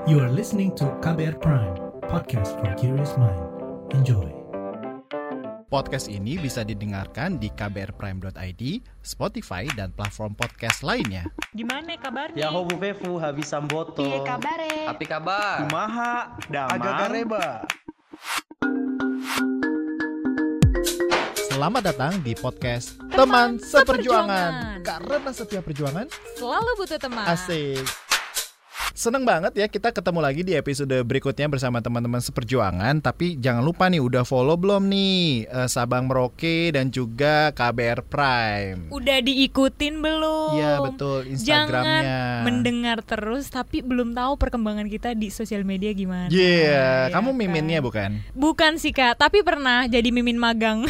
You are listening to KBR Prime, podcast for curious mind. Enjoy. Podcast ini bisa didengarkan di kbrprime.id, Spotify, dan platform podcast lainnya. Gimana kabarnya? Ya hobu vefu habis samboto. Piye kabare? Api kabar. Kumaha? Damang. Agak kareba. Selamat datang di podcast Teman Seperjuangan. Karena setiap perjuangan Selalu butuh teman. asik. Seneng banget ya kita ketemu lagi di episode berikutnya bersama teman-teman seperjuangan. Tapi jangan lupa nih, udah follow belum nih Sabang Merauke dan juga KBR Prime? Udah diikutin belum? Iya betul, Instagramnya. Jangan mendengar terus tapi belum tahu perkembangan kita di sosial media gimana. Iya, Ya kamu kan? miminnya bukan? Bukan sih Kak, tapi pernah jadi mimin magang.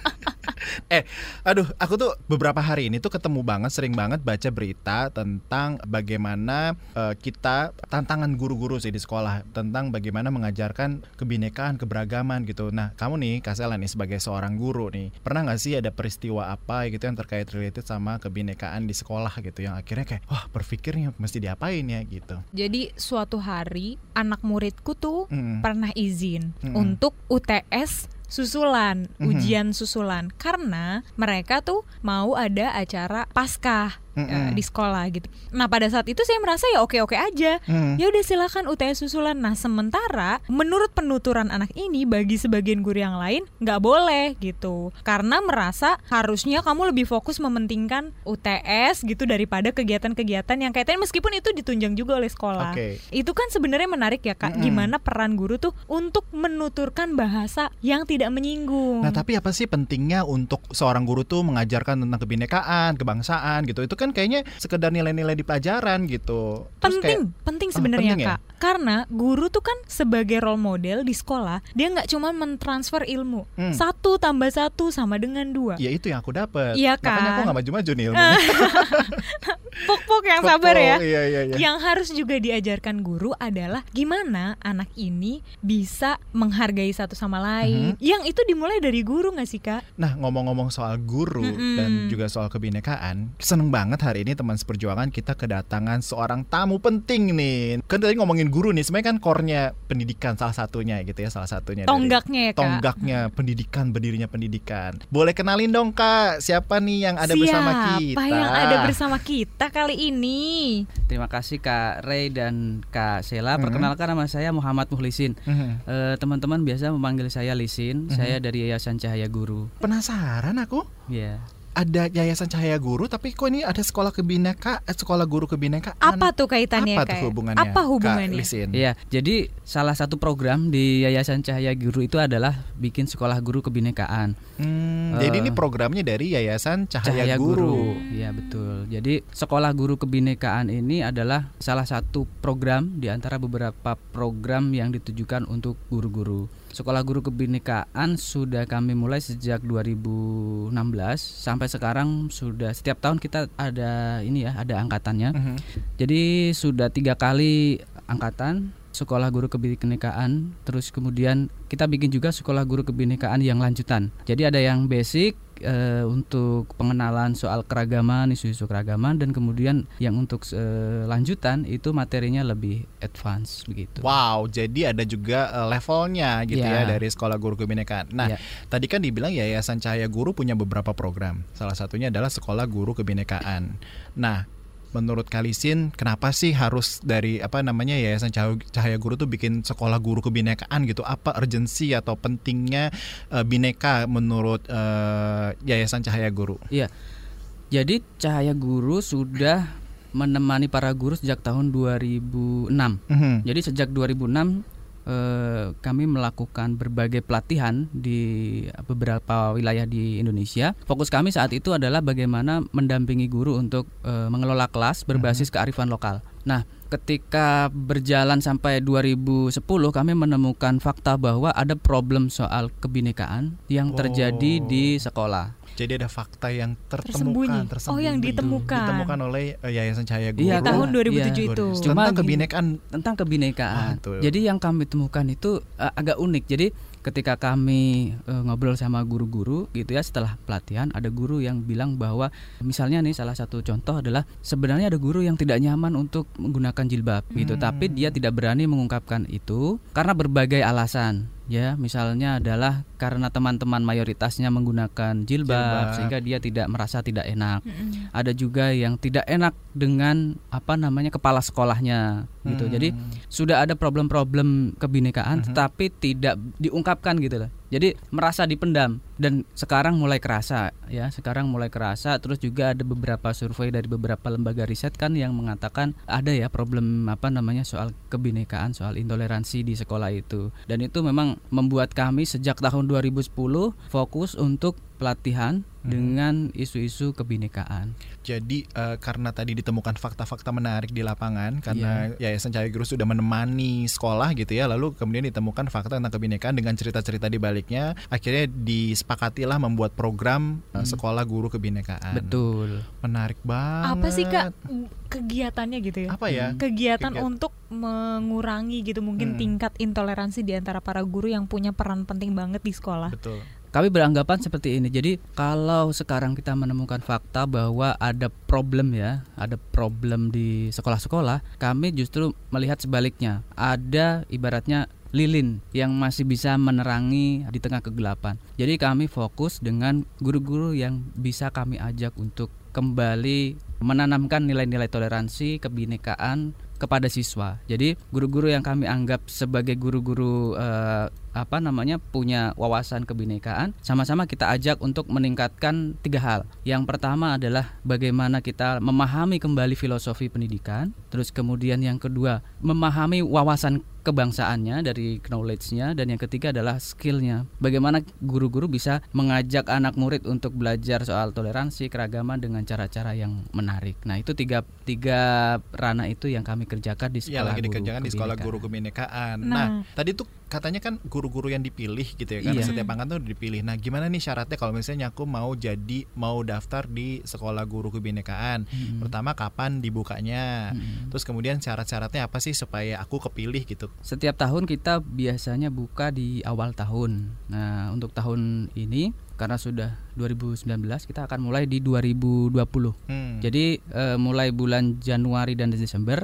Aduh, aku tuh beberapa hari ini tuh ketemu banget, sering banget baca berita tentang bagaimana kita, tantangan guru-guru sih di sekolah, tentang bagaimana mengajarkan kebinekaan, keberagaman gitu. Nah, kamu nih, Kak Sela nih, sebagai seorang guru nih, pernah gak sih ada peristiwa apa gitu yang terkait related sama kebinekaan di sekolah gitu, yang akhirnya kayak, wah berpikirnya mesti diapain ya gitu. Jadi suatu hari anak muridku tuh pernah izin untuk UTS susulan, ujian susulan, karena mereka tuh mau ada acara Paskah di sekolah gitu. Nah pada saat itu saya merasa ya oke-oke aja. Ya udah silakan UTS susulan. Nah sementara menurut penuturan anak ini, bagi sebagian guru yang lain nggak boleh gitu, karena merasa harusnya kamu lebih fokus mementingkan UTS gitu daripada kegiatan-kegiatan yang kaitannya, meskipun itu ditunjang juga oleh sekolah. Itu kan sebenarnya menarik ya Kak, gimana peran guru tuh untuk menuturkan bahasa yang tidak menyinggung. Nah tapi apa sih pentingnya untuk seorang guru tuh mengajarkan tentang kebinekaan, kebangsaan gitu? Itu kan kayaknya sekedar nilai-nilai di pelajaran gitu. Penting sebenarnya penting ya? Kak, karena guru tuh kan sebagai role model di sekolah, dia nggak cuma mentransfer ilmu 1 tambah 1 sama dengan 2. Ya itu yang aku dapat. Iya kan? Makanya aku gak maju-maju nih ilmunya. Pok-pok yang sabar ya. Iya. Yang harus juga diajarkan guru adalah gimana anak ini bisa menghargai satu sama lain. Yang itu dimulai dari guru gak sih Kak? Nah ngomong-ngomong soal guru dan juga soal kebinekaan, seneng banget hari ini teman seperjuangan kita kedatangan seorang tamu penting nih. Kan tadi ngomongin guru nih, sebenarnya kan core-nya pendidikan salah satunya gitu ya, salah satunya Tonggaknya ya Kak. Tonggaknya pendidikan, berdirinya pendidikan. Boleh kenalin dong Kak, siapa nih yang ada bersama kita? Siapa yang ada bersama kita kali ini? Terima kasih Kak Ray dan Kak Sela. Perkenalkan nama saya Muhammad Muhlisin. Teman-teman biasa memanggil saya Lisin. Saya dari Yayasan Cahaya Guru. Penasaran aku? Iya. Ada Yayasan Cahaya Guru, tapi kok ini ada sekolah kebinekaan, sekolah guru kebinekaan? Apa tuh kaitannya Apa Kak? tuh hubungannya? Apa hubungannya? Kak Lisin. Iya, jadi salah satu program di Yayasan Cahaya Guru itu adalah bikin sekolah guru kebinekaan. Jadi ini programnya dari Yayasan Cahaya Guru. Iya betul. Jadi sekolah guru kebinekaan ini adalah salah satu program di antara beberapa program yang ditujukan untuk guru-guru. Sekolah guru kebinekaan sudah kami mulai sejak 2016 sampai sekarang, sudah setiap tahun kita ada ada angkatannya. Jadi sudah 3 kali angkatan sekolah guru kebinekaan, terus kemudian kita bikin juga sekolah guru kebinekaan yang lanjutan. Jadi ada yang basic untuk pengenalan soal keragaman, isu-isu keragaman, dan kemudian yang untuk lanjutan itu materinya lebih advance begitu. Wow, jadi ada juga levelnya gitu ya dari sekolah guru kebinekaan. Nah, tadi kan dibilang Yayasan Cahaya Guru punya beberapa program. Salah satunya adalah sekolah guru kebinekaan. Nah, menurut Kalisin, kenapa sih harus dari Yayasan Cahaya Guru tuh bikin sekolah guru kebinekaan gitu? Apa urgensi atau pentingnya bineka menurut Yayasan Cahaya Guru? Iya. Jadi Cahaya Guru sudah menemani para guru sejak tahun 2006. Jadi sejak 2006 kami melakukan berbagai pelatihan di beberapa wilayah di Indonesia. Fokus kami saat itu adalah bagaimana mendampingi guru untuk mengelola kelas berbasis kearifan lokal. Nah, ketika berjalan sampai 2010 kami menemukan fakta bahwa ada problem soal kebinekaan yang terjadi di sekolah. Jadi ada fakta yang tersembunyi. Oh, yang ditemukan oleh Yayasan Cahaya Guru. Iya, tahun 2007 itu. Cuma tentang kebinekaan. Jadi yang kami temukan itu agak unik. Jadi ketika kami ngobrol sama guru-guru gitu ya, setelah pelatihan ada guru yang bilang bahwa misalnya nih, salah satu contoh adalah sebenarnya ada guru yang tidak nyaman untuk menggunakan jilbab gitu, tapi dia tidak berani mengungkapkan itu karena berbagai alasan. Ya, misalnya adalah karena teman-teman mayoritasnya menggunakan jilbab sehingga dia tidak merasa tidak enak. Ada juga yang tidak enak dengan kepala sekolahnya gitu. Jadi sudah ada problem-problem kebinekaan tetapi tidak diungkapkan gitu loh. Jadi merasa dipendam, dan sekarang mulai kerasa ya, terus juga ada beberapa survei dari beberapa lembaga riset kan yang mengatakan ada ya problem soal kebinekaan, soal intoleransi di sekolah itu. Dan itu memang membuat kami sejak tahun 2010 fokus untuk pelatihan dengan isu-isu kebinekaan. Jadi karena tadi ditemukan fakta-fakta menarik di lapangan, karena Yayasan Cahaya Guru sudah menemani sekolah gitu ya, lalu kemudian ditemukan fakta tentang kebinekaan dengan cerita-cerita di baliknya, akhirnya disepakatilah membuat program sekolah guru kebinekaan. Betul. Menarik banget. Apa sih Kak kegiatannya gitu ya? Apa ya? Kegiatan untuk mengurangi gitu mungkin tingkat intoleransi di antara para guru yang punya peran penting banget di sekolah. Betul. Kami beranggapan seperti ini. Jadi kalau sekarang kita menemukan fakta bahwa ada problem di sekolah-sekolah, kami justru melihat sebaliknya. Ada ibaratnya lilin yang masih bisa menerangi di tengah kegelapan. Jadi kami fokus dengan guru-guru yang bisa kami ajak untuk kembali menanamkan nilai-nilai toleransi, kebinekaan kepada siswa. Jadi guru-guru yang kami anggap sebagai guru-guru punya wawasan kebinekaan, sama-sama kita ajak untuk meningkatkan 3 hal. Yang pertama adalah bagaimana kita memahami kembali filosofi pendidikan. Terus kemudian yang kedua, memahami wawasan kebangsaannya dari knowledge-nya, dan yang ketiga adalah skill-nya. Bagaimana guru-guru bisa mengajak anak murid untuk belajar soal toleransi, keragaman dengan cara-cara yang menarik. Nah, itu tiga ranah itu yang kami kerjakan di sekolah di sekolah guru kebinekaan. Nah, tadi tuh katanya kan guru-guru yang dipilih gitu ya kan, setiap angkatan tuh dipilih. Nah, gimana nih syaratnya kalau misalnya aku mau daftar di sekolah guru kebinekaan? Pertama, kapan dibukanya? Terus kemudian syarat-syaratnya apa sih supaya aku kepilih gitu? Setiap tahun kita biasanya buka di awal tahun. Nah, untuk tahun ini karena sudah 2019, kita akan mulai di 2020. Jadi mulai bulan Januari dan Desember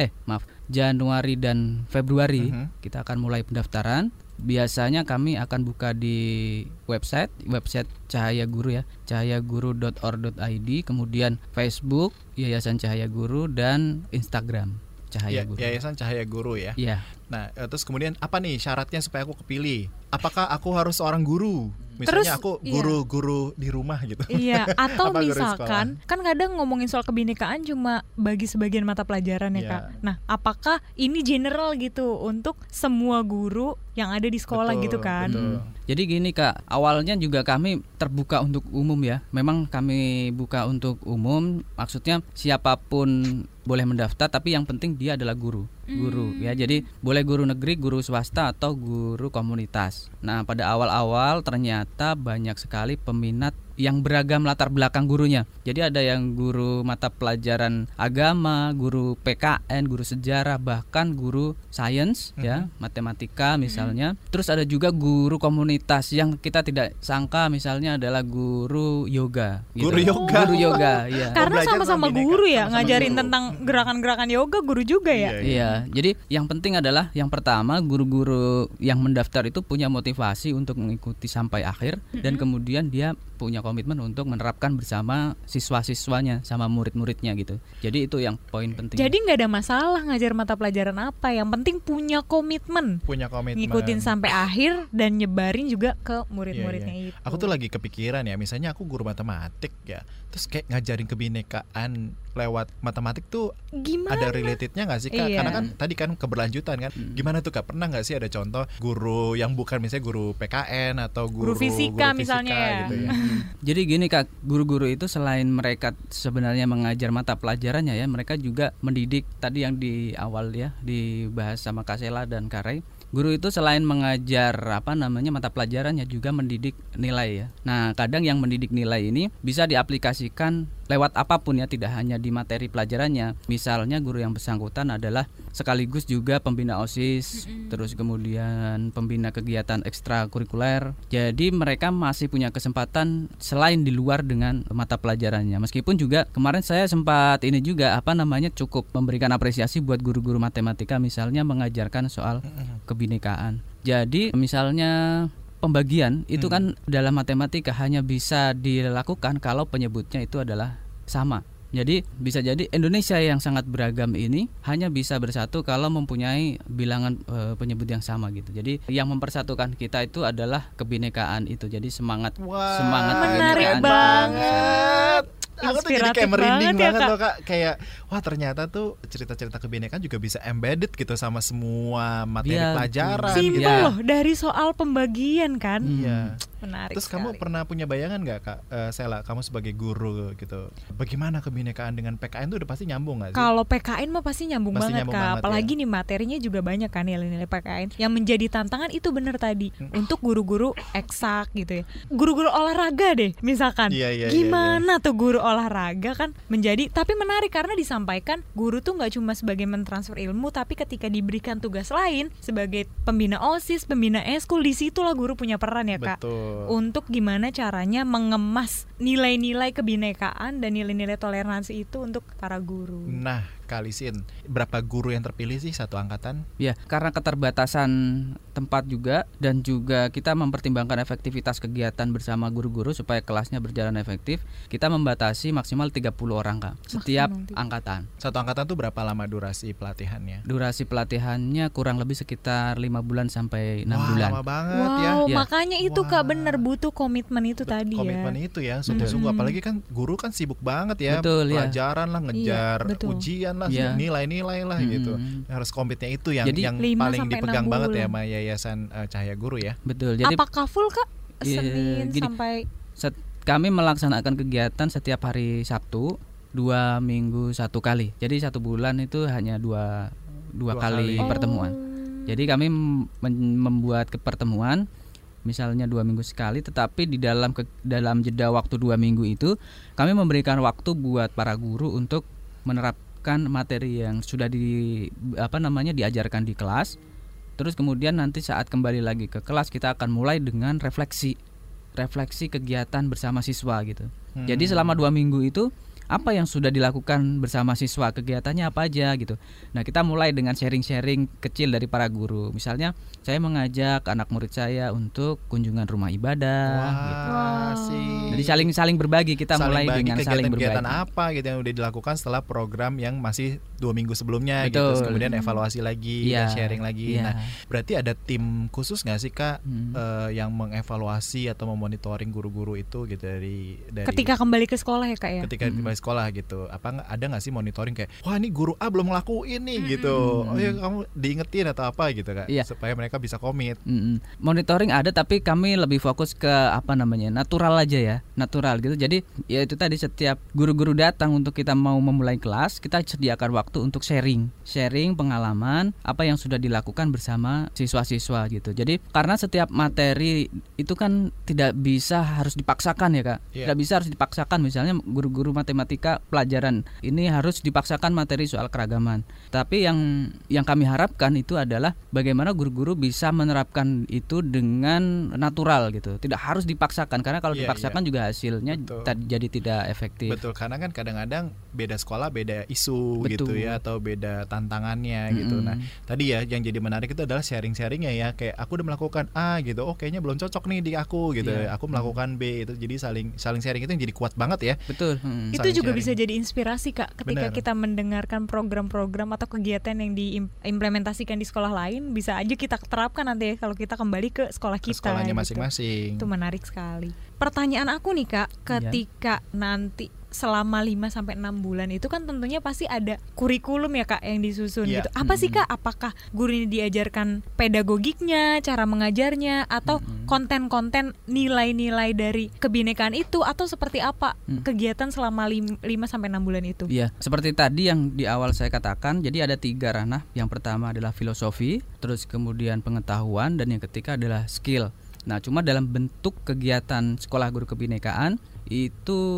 Januari dan Februari kita akan mulai pendaftaran. Biasanya kami akan buka di website Cahaya Guru ya, cahayaguru.or.id, kemudian Facebook Yayasan Cahaya Guru, dan Instagram Cahaya Guru. Yayasan Cahaya Guru ya. Iya. Nah, terus kemudian apa nih syaratnya supaya aku kepilih? Apakah aku harus seorang guru? Misalnya aku guru di rumah gitu. Iya, atau misalkan kan kadang ngomongin soal kebinekaan cuma bagi sebagian mata pelajaran ya Kak. Nah, apakah ini general gitu untuk semua guru yang ada di sekolah gitu kan? Jadi gini Kak, awalnya juga kami terbuka untuk umum ya. Memang kami buka untuk umum, maksudnya siapapun boleh mendaftar, tapi yang penting dia adalah guru ya. Jadi boleh guru negeri, guru swasta, atau guru komunitas. Nah, pada awal-awal ternyata banyak sekali peminat yang beragam latar belakang gurunya. Jadi ada yang guru mata pelajaran agama, guru PKN, guru sejarah, bahkan guru sains ya, matematika misalnya. Terus ada juga guru komunitas yang kita tidak sangka, misalnya adalah guru yoga gitu. Guru yoga ya. Karena sama-sama guru ya, ngajarin tentang gerakan-gerakan yoga, guru juga ya. Iya. Jadi yang penting adalah yang pertama, guru-guru yang mendaftar itu punya motivasi untuk mengikuti sampai akhir, dan kemudian dia punya komitmen untuk menerapkan bersama siswa-siswanya sama murid-muridnya gitu. Jadi itu yang poin penting. Jadi nggak ada masalah ngajar mata pelajaran apa, yang penting punya komitmen. Ngikutin sampai akhir dan nyebarin juga ke murid-muridnya itu. Aku tuh lagi kepikiran ya, misalnya aku guru matematik ya, terus kayak ngajarin kebinekaan lewat matematik tuh gimana? Ada relatednya nggak sih Kak? Karena kan tadi kan keberlanjutan kan. Gimana tuh Kak? Pernah nggak sih ada contoh guru yang bukan misalnya guru PKN atau guru fisika misalnya ya. Gitu ya? Jadi gini Kak, guru-guru itu selain mereka sebenarnya mengajar mata pelajarannya ya, mereka juga mendidik. Tadi yang di awal ya dibahas sama Kak Sela dan Kak Ray. Guru itu selain mengajar mata pelajarannya juga mendidik nilai ya. Nah, kadang yang mendidik nilai ini bisa diaplikasikan lewat apapun ya, tidak hanya di materi pelajarannya. Misalnya guru yang bersangkutan adalah sekaligus juga pembina OSIS, terus kemudian pembina kegiatan ekstrakurikuler. Jadi mereka masih punya kesempatan selain di luar dengan mata pelajarannya. Meskipun juga kemarin saya sempat ini juga cukup memberikan apresiasi buat guru-guru matematika misalnya mengajarkan soal kebinekaan. Jadi misalnya pembagian itu kan dalam matematika hanya bisa dilakukan kalau penyebutnya itu adalah sama. Jadi bisa jadi Indonesia yang sangat beragam ini hanya bisa bersatu kalau mempunyai bilangan penyebut yang sama gitu. Jadi yang mempersatukan kita itu adalah kebinekaan itu. Jadi semangat menarik kebinekaan banget. Aku tuh jadi kayak merinding banget loh Kak. Kayak wah ternyata tuh cerita-cerita kebinekaan juga bisa embedded gitu sama semua materi pelajaran. Simpel loh, dari soal pembagian kan. Iya. Menarik. Terus sekali. kamu pernah punya bayangan gak Kak, Sela, kamu sebagai guru gitu, bagaimana kebinekaan dengan PKN tuh udah pasti nyambung gak sih? Kalau PKN mah pasti nyambung banget Kak. Apalagi ya. Nih materinya juga banyak kan nilai-nilai PKN. Yang menjadi tantangan itu bener tadi untuk guru-guru eksak gitu ya. Guru-guru olahraga deh misalkan. Gimana tuh guru olahraga kan menjadi, tapi menarik karena disampaikan guru tuh nggak cuma sebagai mentransfer ilmu, tapi ketika diberikan tugas lain sebagai pembina OSIS, pembina eskul, disitulah guru punya peran ya Kak. Betul. Untuk gimana caranya mengemas nilai-nilai kebinekaan dan nilai-nilai toleransi itu untuk para guru. Nah, Kalisin, berapa guru yang terpilih sih satu angkatan? Ya, karena keterbatasan tempat juga dan juga kita mempertimbangkan efektivitas kegiatan bersama guru-guru supaya kelasnya berjalan efektif, kita membatasi maksimal 30 orang Kak, setiap angkatan. Satu angkatan tuh berapa lama durasi pelatihannya? Durasi pelatihannya kurang lebih sekitar 5 bulan sampai 6 bulan. Lama banget ya. Makanya itu Kak bener butuh komitmen itu tadi komitmen itu ya, sungguh-sungguh. Apalagi kan guru kan sibuk banget ya. Betul, pelajaran lah, ngejar ujian lah, nilai-nilai lah gitu. Harus komitnya itu yang paling dipegang banget ya sama Yayasan Cahaya Guru ya. Betul. Jadi apakah full Kak? Senin sampai kami melaksanakan kegiatan setiap hari Sabtu 2 minggu 1 kali. Jadi 1 bulan itu hanya dua kali pertemuan. Jadi kami membuat pertemuan misalnya 2 minggu sekali, tetapi di dalam jeda waktu 2 minggu itu kami memberikan waktu buat para guru untuk menerapkan materi yang sudah diajarkan di kelas. Terus kemudian nanti saat kembali lagi ke kelas kita akan mulai dengan refleksi kegiatan bersama siswa gitu. Jadi selama 2 minggu itu apa yang sudah dilakukan bersama siswa, kegiatannya apa aja gitu. Nah, kita mulai dengan sharing-sharing kecil dari para guru. Misalnya saya mengajak anak murid saya untuk kunjungan rumah ibadah gitu. Jadi saling berbagi, kita mulai dengan saling berbagi. Kegiatan apa gitu yang udah dilakukan setelah program yang masih 2 minggu sebelumnya. Betul. Gitu. Terus kemudian evaluasi lagi, sharing lagi. Nah, berarti ada tim khusus nggak sih Kak yang mengevaluasi atau memonitoring guru-guru itu gitu dari ketika kembali ke sekolah ya Kak ya? Ketika kembali sekolah gitu, apa ada nggak sih monitoring kayak wah ini guru A belum ngelakuin nih gitu, oh ya kamu diingetin atau apa gitu Kak, supaya mereka bisa komit. Monitoring ada, tapi kami lebih fokus ke natural aja ya, natural gitu. Jadi ya itu tadi, setiap guru-guru datang untuk kita mau memulai kelas, kita sediakan waktu untuk sharing pengalaman apa yang sudah dilakukan bersama siswa-siswa gitu. Jadi karena setiap materi itu kan tidak bisa harus dipaksakan ya Kak, tidak bisa harus dipaksakan. Misalnya guru-guru matematika pelajaran ini harus dipaksakan materi soal keragaman. Tapi yang kami harapkan itu adalah bagaimana guru-guru bisa menerapkan itu dengan natural gitu. Tidak harus dipaksakan, karena kalau dipaksakan juga hasilnya jadi tidak efektif. Betul, karena kan kadang-kadang beda sekolah beda isu gitu ya, atau beda tantangannya gitu. Nah, tadi ya yang jadi menarik itu adalah sharing-sharingnya ya. Kayak aku udah melakukan A gitu, kayaknya belum cocok nih di aku gitu. Aku melakukan B itu, jadi saling sharing itu yang jadi kuat banget ya. Betul. Itu juga bisa jadi inspirasi Kak, ketika kita mendengarkan program-program atau kegiatan yang diimplementasikan di sekolah lain, bisa aja kita terapkan nanti ya kalau kita kembali ke sekolah kita. Sekolahnya gitu. masing-masing. Itu menarik sekali. Pertanyaan aku nih Kak, ketika nanti selama 5-6 bulan itu kan tentunya pasti ada kurikulum ya Kak yang disusun gitu. Apa sih Kak? Apakah guru ini diajarkan pedagogiknya, cara mengajarnya, atau konten-konten nilai-nilai dari kebinekaan itu, atau seperti apa kegiatan selama 5-6 bulan itu? Iya, seperti tadi yang di awal saya katakan, jadi ada 3 ranah. Yang pertama adalah filosofi, terus kemudian pengetahuan, dan yang ketiga adalah skill. Nah, cuma dalam bentuk kegiatan sekolah guru kebinekaan itu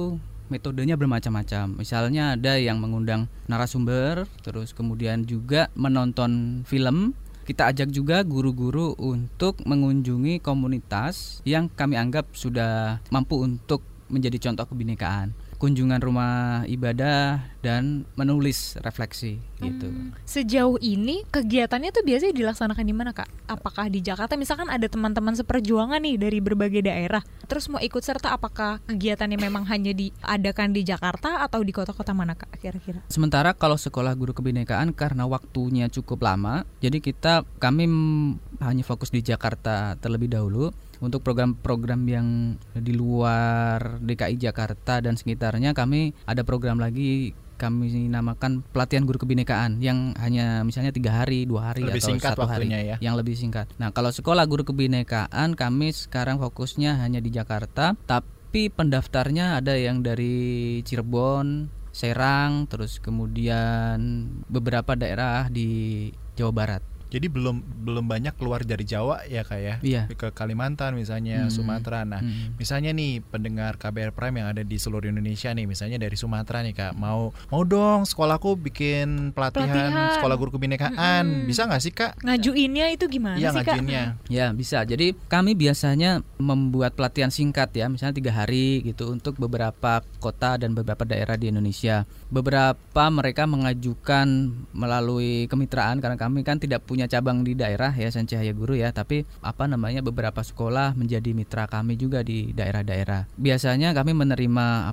metodenya bermacam-macam. Misalnya ada yang mengundang narasumber, terus kemudian juga menonton film. Kita ajak juga guru-guru untuk mengunjungi komunitas yang kami anggap sudah mampu untuk menjadi contoh kebinekaan. Kunjungan rumah ibadah dan menulis refleksi gitu. Sejauh ini kegiatannya tuh biasanya dilaksanakan di mana, Kak? Apakah di Jakarta? Misalkan ada teman-teman seperjuangan nih dari berbagai daerah, terus mau ikut serta, apakah kegiatannya memang hanya diadakan di Jakarta atau di kota-kota mana, Kak, kira-kira? Sementara kalau sekolah guru kebinekaan karena waktunya cukup lama, jadi kami hanya fokus di Jakarta terlebih dahulu. Untuk program-program yang di luar DKI Jakarta dan sekitarnya, kami ada program lagi, kami namakan pelatihan guru kebinekaan yang hanya misalnya 3 hari, 2 hari lebih atau singkat 1 hari ya? Yang lebih singkat. Nah, kalau sekolah guru kebinekaan kami sekarang fokusnya hanya di Jakarta, tapi pendaftarnya ada yang dari Cirebon, Serang, terus kemudian beberapa daerah di Jawa Barat. Jadi belum banyak keluar dari Jawa ya, Kak ya? Iya. Ke Kalimantan misalnya, Sumatera. Nah, misalnya nih pendengar KBR Prime yang ada di seluruh Indonesia nih, misalnya dari Sumatera nih, Kak, mau dong sekolahku bikin pelatihan sekolah guru kebinekaan. Bisa nggak sih, Kak? Ngajuinnya itu gimana sih, Kak? Ngajuinnya. Ya, bisa. Jadi kami biasanya membuat pelatihan singkat ya, misalnya 3 hari gitu untuk beberapa kota dan beberapa daerah di Indonesia. Beberapa mereka mengajukan melalui kemitraan, karena kami kan tidak punya cabang di daerah ya, Yayasan Cahaya Guru ya, tapi beberapa sekolah menjadi mitra kami juga di daerah-daerah. Biasanya kami menerima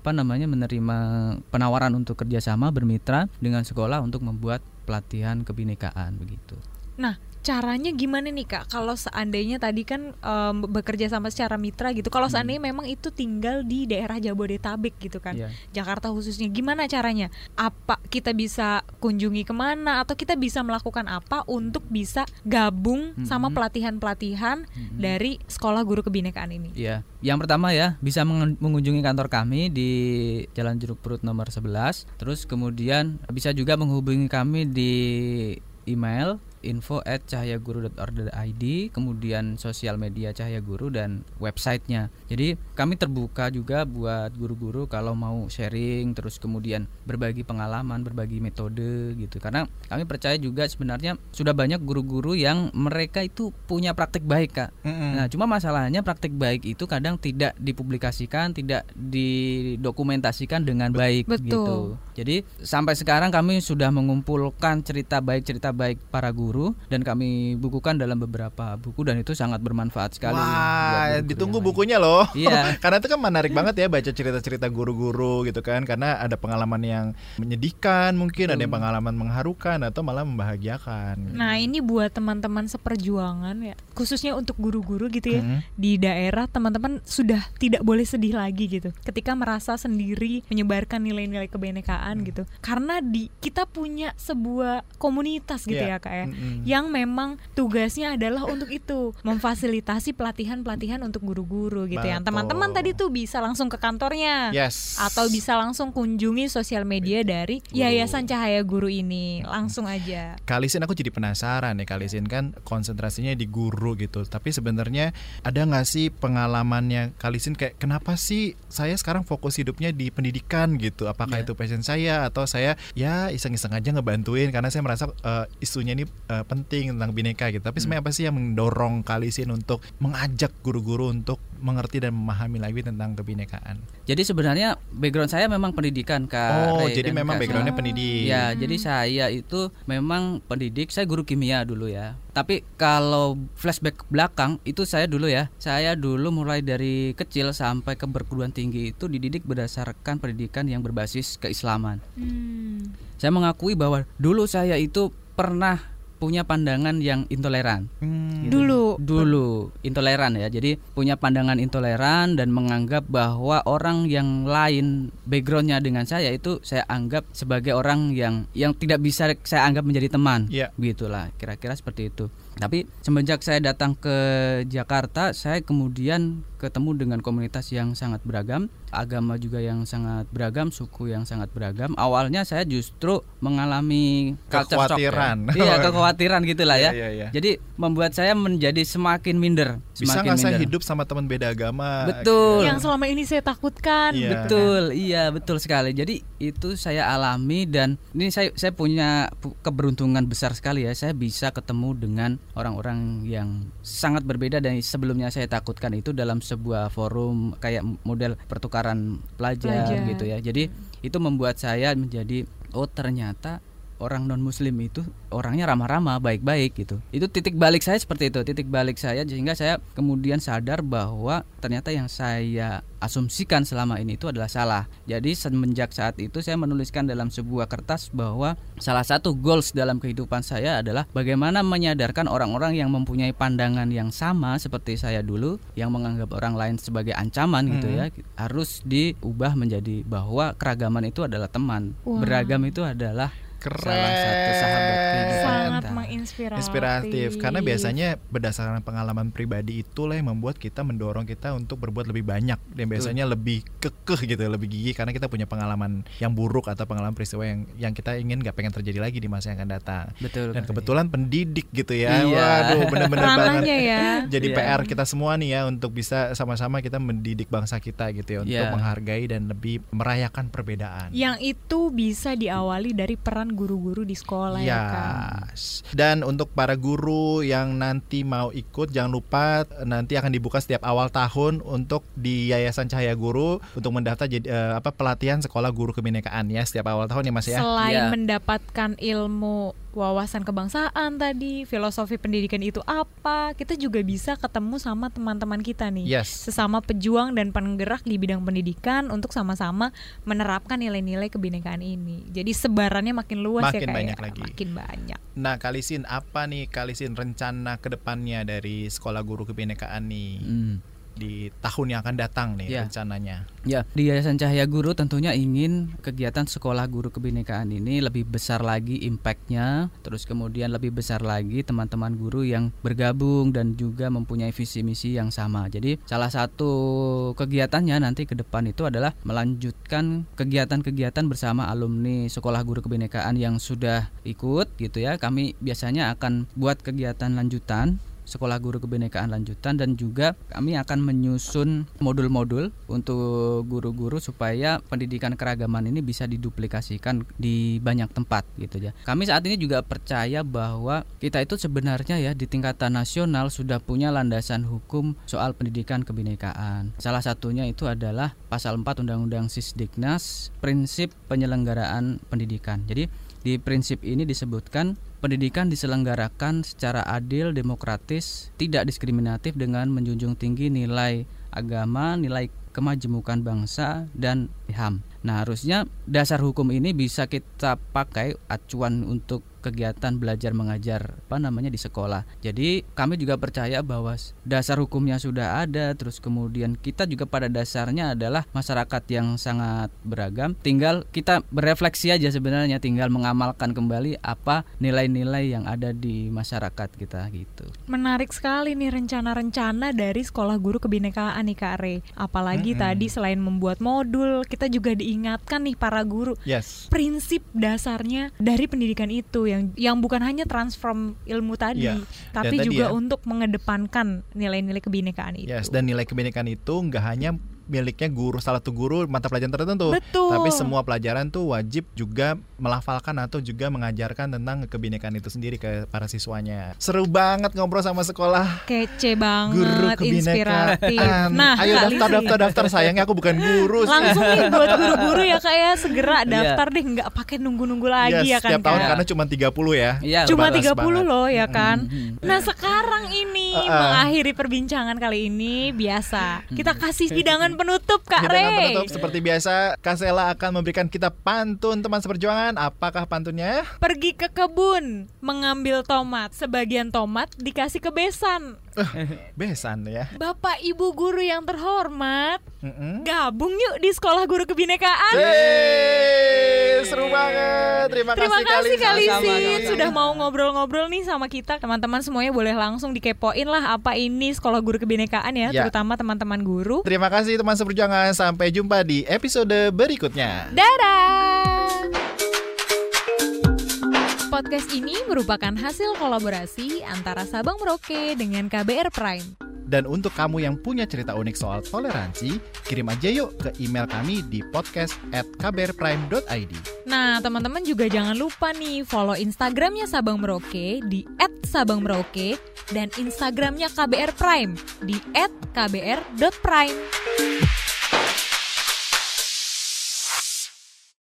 penawaran untuk kerjasama bermitra dengan sekolah untuk membuat pelatihan kebinekaan begitu. Nah, caranya gimana nih, Kak? Kalau seandainya tadi kan bekerja sama secara mitra gitu. Kalau seandainya memang itu tinggal di daerah Jabodetabek gitu kan, Jakarta khususnya, gimana caranya? Apa kita bisa kunjungi kemana, atau kita bisa melakukan apa untuk bisa gabung sama pelatihan-pelatihan dari sekolah guru kebinekaan ini? Iya, yang pertama ya bisa mengunjungi kantor kami di Jalan Jeruk Purut nomor 11. Terus kemudian bisa juga menghubungi kami di email info@cahayaguru.org.id, kemudian sosial media Cahaya Guru dan websitenya. Jadi kami terbuka juga buat guru-guru kalau mau sharing, terus kemudian berbagi pengalaman, berbagi metode gitu. Karena kami percaya juga sebenarnya sudah banyak guru-guru yang mereka itu punya praktik baik, Kak. Nah, cuma masalahnya praktik baik itu kadang tidak dipublikasikan, tidak didokumentasikan dengan baik. Betul. Gitu. Jadi sampai sekarang kami sudah mengumpulkan cerita baik para guru dan kami bukukan dalam beberapa buku, dan itu sangat bermanfaat sekali. Wah, ditunggu bukunya loh. Iya. Karena itu kan menarik banget ya baca cerita-cerita guru-guru gitu kan, karena ada pengalaman yang menyedihkan, mungkin ada yang pengalaman mengharukan atau malah membahagiakan. Nah, ini buat teman-teman seperjuangan ya, khususnya untuk guru-guru gitu ya, di daerah, teman-teman sudah tidak boleh sedih lagi gitu ketika merasa sendiri menyebarkan nilai-nilai kebinekaan gitu. Karena kita punya sebuah komunitas gitu ya, Kak ya, yang memang tugasnya adalah untuk itu, memfasilitasi pelatihan-pelatihan untuk guru-guru gitu. Yang teman-teman tadi tuh bisa langsung ke kantornya, atau bisa langsung kunjungi sosial media dari Yayasan Cahaya Guru ini, langsung aja. Kalisin, aku jadi penasaran nih, Kalisin kan konsentrasinya di guru gitu, tapi sebenarnya ada nggak sih pengalamannya Kalisin kayak kenapa sih saya sekarang fokus hidupnya di pendidikan gitu? Apakah itu passion saya, atau saya ya iseng-iseng aja ngebantuin karena saya merasa isunya ini penting tentang bineka gitu. Tapi sebenarnya apa sih yang mendorong Kalisin untuk mengajak guru-guru untuk mengerti dan memahami lagi tentang kebinekaan? Jadi sebenarnya background saya memang pendidikan, Kak. Jadi memang backgroundnya pendidik. Ya, jadi saya itu memang pendidik. Saya guru kimia dulu ya. Tapi kalau flashback ke belakang itu saya dulu mulai dari kecil sampai ke perguruan tinggi itu dididik berdasarkan pendidikan yang berbasis keislaman. Saya mengakui bahwa dulu saya itu pernah punya pandangan yang intoleran. Dulu intoleran ya. Jadi punya pandangan intoleran dan menganggap bahwa orang yang lain backgroundnya dengan saya itu saya anggap sebagai orang yang tidak bisa saya anggap menjadi teman. Gitulah, kira-kira seperti itu. Tapi semenjak saya datang ke Jakarta, saya kemudian ketemu dengan komunitas yang sangat beragam, agama juga yang sangat beragam, suku yang sangat beragam. Awalnya saya justru mengalami kekhawatiran. Iya, kekhawatiran gitulah ya. Jadi membuat saya menjadi semakin minder. Bisa nggak saya hidup sama teman beda agama? Betul. Yang selama ini saya takutkan. Betul, iya betul sekali. Jadi itu saya alami dan ini saya punya keberuntungan besar sekali ya. Saya bisa ketemu dengan orang-orang yang sangat berbeda dari sebelumnya saya takutkan itu dalam sebuah forum kayak model pertukaran pelajar gitu ya. Jadi itu membuat saya menjadi ternyata orang non muslim itu orangnya ramah-ramah, baik-baik gitu. Itu titik balik saya seperti itu, titik balik saya sehingga saya kemudian sadar bahwa ternyata yang saya asumsikan selama ini itu adalah salah. Jadi semenjak saat itu saya menuliskan dalam sebuah kertas bahwa salah satu goals dalam kehidupan saya adalah bagaimana menyadarkan orang-orang yang mempunyai pandangan yang sama seperti saya dulu, yang menganggap orang lain sebagai ancaman gitu ya, harus diubah menjadi bahwa keragaman itu adalah teman, beragam itu adalah salah satu sahabat kehidupan. Sangat menginspiratif. Karena biasanya berdasarkan pengalaman pribadi itulah yang membuat kita mendorong kita untuk berbuat lebih banyak dan biasanya lebih kekeh gitu, lebih gigih karena kita punya pengalaman yang buruk atau pengalaman peristiwa yang kita ingin nggak pengen terjadi lagi di masa yang akan datang. Betul. Dan kebetulan pendidik gitu ya. Iya. Waduh, benar-benar banget. Ya. Jadi PR kita semua nih ya untuk bisa sama-sama kita mendidik bangsa kita gitu ya untuk menghargai dan lebih merayakan perbedaan. Yang itu bisa diawali dari peran guru-guru di sekolah ya kan. Dan untuk para guru yang nanti mau ikut jangan lupa nanti akan dibuka setiap awal tahun untuk di Yayasan Cahaya Guru untuk mendaftar jadi pelatihan sekolah guru kebinekaan ya setiap awal tahun ya Mas ya. Selain mendapatkan ilmu wawasan kebangsaan tadi, filosofi pendidikan itu apa, kita juga bisa ketemu sama teman-teman kita nih, sesama pejuang dan penggerak di bidang pendidikan untuk sama-sama menerapkan nilai-nilai kebinekaan ini. Jadi sebarannya makin luas makin ya banyak lagi. Makin banyak. Nah, Kalisin apa nih rencana kedepannya dari sekolah guru kebinekaan nih? Di tahun yang akan datang nih rencananya. Ya, di Yayasan Cahaya Guru tentunya ingin kegiatan sekolah guru kebinekaan ini lebih besar lagi impact-nya, terus kemudian lebih besar lagi teman-teman guru yang bergabung dan juga mempunyai visi misi yang sama. Jadi salah satu kegiatannya nanti ke depan itu adalah melanjutkan kegiatan-kegiatan bersama alumni sekolah guru kebinekaan yang sudah ikut gitu ya. Kami biasanya akan buat kegiatan lanjutan sekolah guru kebinekaan lanjutan dan juga kami akan menyusun modul-modul untuk guru-guru supaya pendidikan keragaman ini bisa diduplikasikan di banyak tempat gitu ya. Kami saat ini juga percaya bahwa kita itu sebenarnya ya di tingkatan nasional sudah punya landasan hukum soal pendidikan kebinekaan. Salah satunya itu adalah pasal 4 Undang-Undang Sisdiknas, prinsip penyelenggaraan pendidikan. Jadi di prinsip ini disebutkan pendidikan diselenggarakan secara adil, demokratis, tidak diskriminatif dengan menjunjung tinggi nilai agama, nilai kemajemukan bangsa, dan HAM. Nah, harusnya dasar hukum ini bisa kita pakai acuan untuk kegiatan belajar mengajar di sekolah. Jadi kami juga percaya bahwa dasar hukumnya sudah ada, terus kemudian kita juga pada dasarnya adalah masyarakat yang sangat beragam. Tinggal kita berefleksi aja sebenarnya, tinggal mengamalkan kembali apa nilai-nilai yang ada di masyarakat kita gitu. Menarik sekali nih rencana-rencana dari sekolah guru kebinekaan nih Kak Re. Apalagi tadi selain membuat modul, kita juga diingatkan nih para guru prinsip dasarnya dari pendidikan itu yang bukan hanya transform ilmu tadi, tapi juga untuk mengedepankan nilai-nilai kebinekaan itu. Dan nilai kebinekaan itu nggak hanya miliknya guru, salah satu guru mata pelajaran tertentu. Betul. Tapi semua pelajaran tuh wajib juga melafalkan atau juga mengajarkan tentang kebinekaan itu sendiri ke para siswanya. Seru banget ngobrol sama sekolah. Kece banget, inspiratif. Nah, ayo daftar. Sayangnya aku bukan guru. Langsung nih buat guru-guru ya Kak ya, segera daftar deh, nggak pakai nunggu-nunggu lagi ya kan. Setiap tahun karena cuma 30 ya. Cuma 30 banget loh ya kan. Nah, sekarang ini mengakhiri perbincangan kali ini biasa. Kita kasih hidangan penutup Kak Re. Penutup seperti biasa, Kak Sela akan memberikan kita pantun teman seperjuangan. Apakah pantunnya? Pergi ke kebun, mengambil tomat. Sebagian tomat dikasih ke besan. Besan ya. Bapak Ibu guru yang terhormat, gabung yuk di sekolah guru kebinekaan. Seru banget. Terima kasih Kalisin sudah mau ngobrol-ngobrol nih sama kita. Teman-teman semuanya boleh langsung dikepoin lah apa ini Sekolah Guru Kebinekaan ya, terutama teman-teman guru. Terima kasih teman seperjuangan. Sampai jumpa di episode berikutnya. Dadah. Podcast ini merupakan hasil kolaborasi antara Sabang Merauke dengan KBR Prime. Dan untuk kamu yang punya cerita unik soal toleransi, kirim aja yuk ke email kami di podcast@kbrprime.id. Nah, teman-teman juga jangan lupa nih follow Instagramnya Sabang Merauke di @sabangmerauke dan Instagramnya KBR Prime di @kbr.prime.